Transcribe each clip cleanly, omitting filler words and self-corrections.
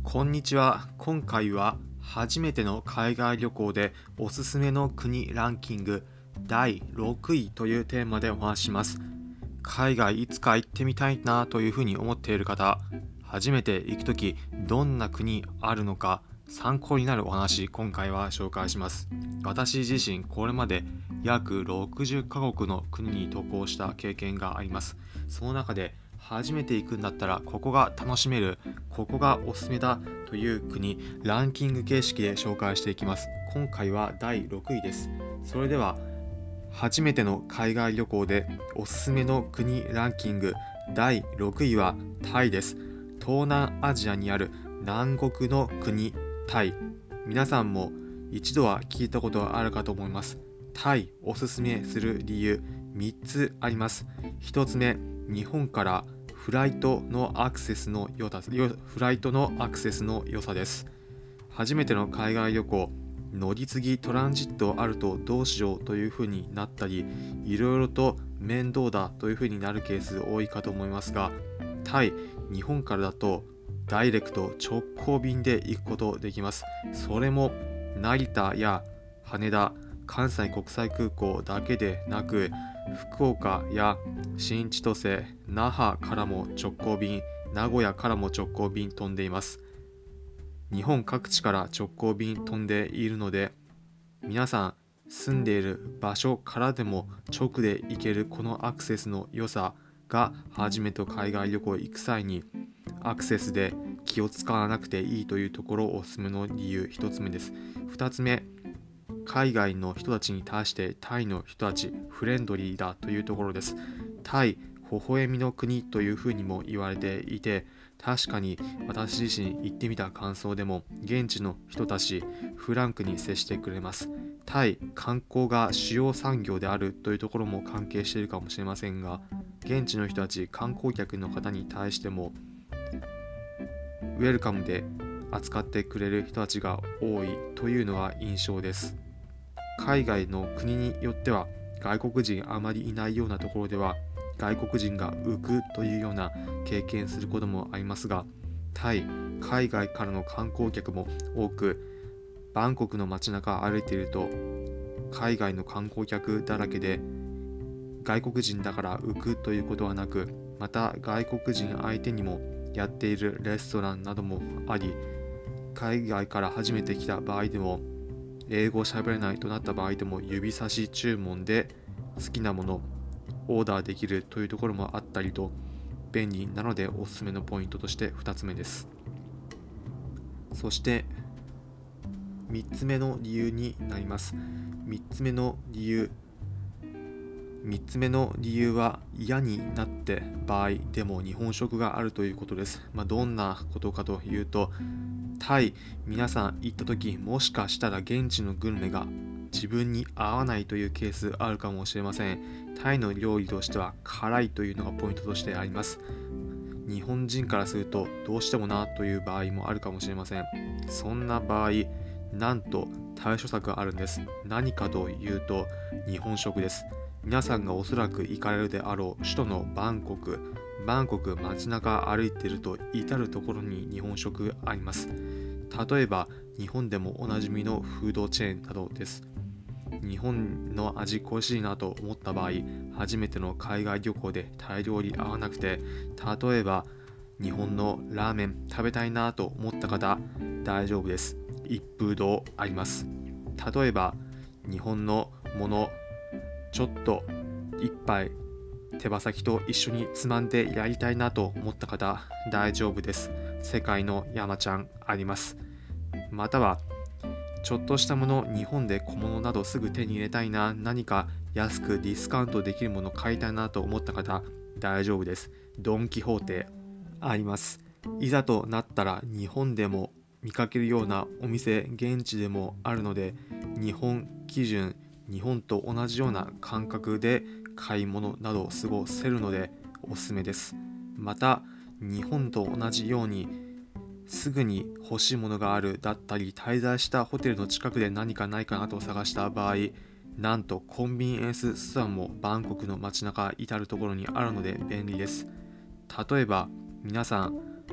こんにちは。今回は初めての海外旅行でおすすめの国ランキング第6位というテーマでお話しします。海外いつか行ってみたいなというふうに思っている方、初めて行くときどんな国あるのか参考になるお話、今回は紹介します。私自身これまで約60カ国の国に渡航した経験があります。その中で初めて行くんだったらここが楽しめる、ここがおすすめだという国、ランキング形式で紹介していきます。今回は第6位です。それでは初めての海外旅行でおすすめの国ランキング第6位はタイです。東南アジアにある南国の国タイ。皆さんも一度は聞いたことがあるかと思います。タイおすすめする理由3つあります。1つ目、日本からフライトのアクセスの良さです。初めての海外旅行、乗り継ぎトランジットあるとどうしようというふうになったり、いろいろと面倒だというふうになるケース多いかと思いますが、タイ、日本からだとダイレクト直行便で行くことできます。それも成田や羽田、関西国際空港だけでなく、福岡や新千歳、那覇からも直行便、名古屋からも直行便飛んでいます。日本各地から直行便飛んでいるので、皆さん住んでいる場所からでも直で行けるこのアクセスの良さが、初めて海外旅行行く際にアクセスで気を使わなくていいというところをおすすめの理由1つ目です。2つ目、海外の人たちに対してタイの人たちフレンドリーだというところです。タイ、微笑みの国というふうにも言われていて、確かに私自身行ってみた感想でも現地の人たちフランクに接してくれます。タイ、観光が主要産業であるというところも関係しているかもしれませんが、現地の人たち観光客の方に対してもウェルカムで扱ってくれる人たちが多いというのは印象です。海外の国によっては外国人あまりいないようなところでは外国人が浮くというような経験することもありますが、タイ、海外からの観光客も多く、バンコクの街中歩いていると海外の観光客だらけで、外国人だから浮くということはなく、また外国人相手にもやっているレストランなどもあり、海外から初めて来た場合でも英語喋れないとなった場合でも指差し注文で好きなものオーダーできるというところもあったりと便利なので、おすすめのポイントとして2つ目です。そして3つ目の理由になります。3つ目の理由は嫌になって場合でも日本食があるということです。どんなことかというと、タイ、皆さん行った時もしかしたら現地のグルメが自分に合わないというケースあるかもしれません。タイの料理としては辛いというのがポイントとしてあります。日本人からするとどうしてもなという場合もあるかもしれません。そんな場合、なんと対処策があるんです。何かというと日本食です。皆さんがおそらく行かれるであろう首都のバンコク街中歩いていると至るところに日本食あります。例えば日本でもおなじみのフードチェーンなどです。日本の味恋しいなと思った場合、初めての海外旅行でタイ料理合わなくて、例えば日本のラーメン食べたいなと思った方、大丈夫です。一風堂あります。例えば日本のものちょっと一杯手羽先と一緒につまんでやりたいなと思った方、大丈夫です。世界の山ちゃんあります。またはちょっとしたもの、日本で小物などすぐ手に入れたいな、何か安くディスカウントできるもの買いたいなと思った方、大丈夫です。ドン・キホーテあります。いざとなったら日本でも見かけるようなお店、現地でもあるので、日本基準、日本と同じような感覚で買い物などを過ごせるのでおすすめです。また日本と同じようにすぐに欲しいものがあるだったり、滞在したホテルの近くで何かないかなと探した場合、なんとコンビニエンスストアもバンコクの街中至るところにあるので便利です。例えば皆さん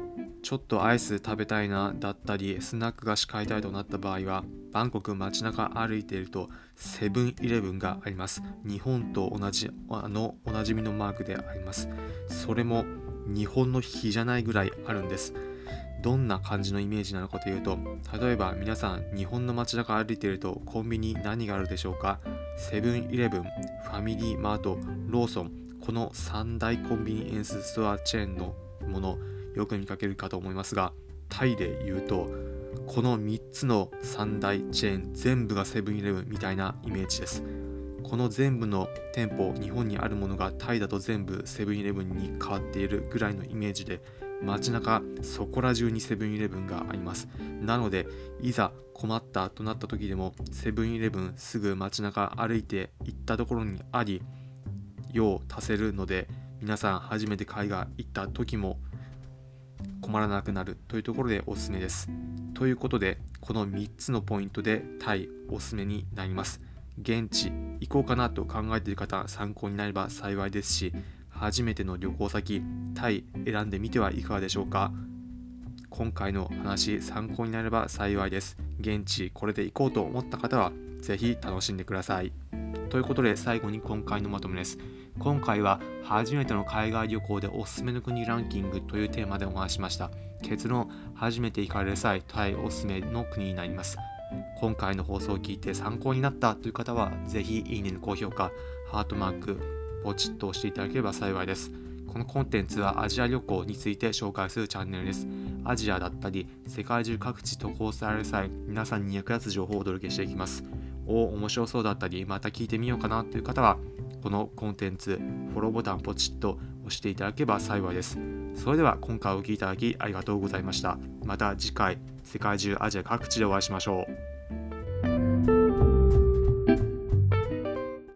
ちょっとアイス食べたいなだったりスナック菓子買いたいとなった場合は、バンコク街中歩いているとセブンイレブンがあります。日本と同じおなじみのマークであります。それも日本の比じゃないぐらいあるんです。どんな感じのイメージなのかというと、例えば皆さん日本の街中歩いているとコンビニ何があるでしょうか。セブンイレブン、ファミリーマート、ローソン、この3大コンビニエンスストアチェーンのものよく見かけるかと思いますが、タイで言うとこの3つの3大チェーン全部がセブンイレブンみたいなイメージです。この全部の店舗、日本にあるものがタイだと全部セブンイレブンに変わっているぐらいのイメージで、街中そこら中にセブンイレブンがあります。なのでいざ困ったとなった時でもセブンイレブンすぐ街中歩いて行ったところにあり、用を足せるので、皆さん初めて海外行った時も困らなくなるというところでおすすめです。ということでこの3つのポイントでタイおすすめになります。現地行こうかなと考えている方、参考になれば幸いですし、初めての旅行先タイ選んでみてはいかがでしょうか。今回の話参考になれば幸いです。現地これで行こうと思った方はぜひ楽しんでください。ということで最後に今回のまとめです。今回は初めての海外旅行でおすすめの国ランキングというテーマでお話ししました。結論、初めて行かれる際タイおすすめの国になります。今回の放送を聞いて参考になったという方はぜひいいねの高評価、ハートマークポチッと押していただければ幸いです。このコンテンツはアジア旅行について紹介するチャンネルです。アジアだったり世界中各地渡航される際、皆さんに役立つ情報をお届けしていきます。面白そうだったりまた聞いてみようかなという方はこのコンテンツフォローボタンポチッと押していただければ幸いです。それでは今回お聞きいただきありがとうございました。また次回世界中アジア各地でお会いしましょう。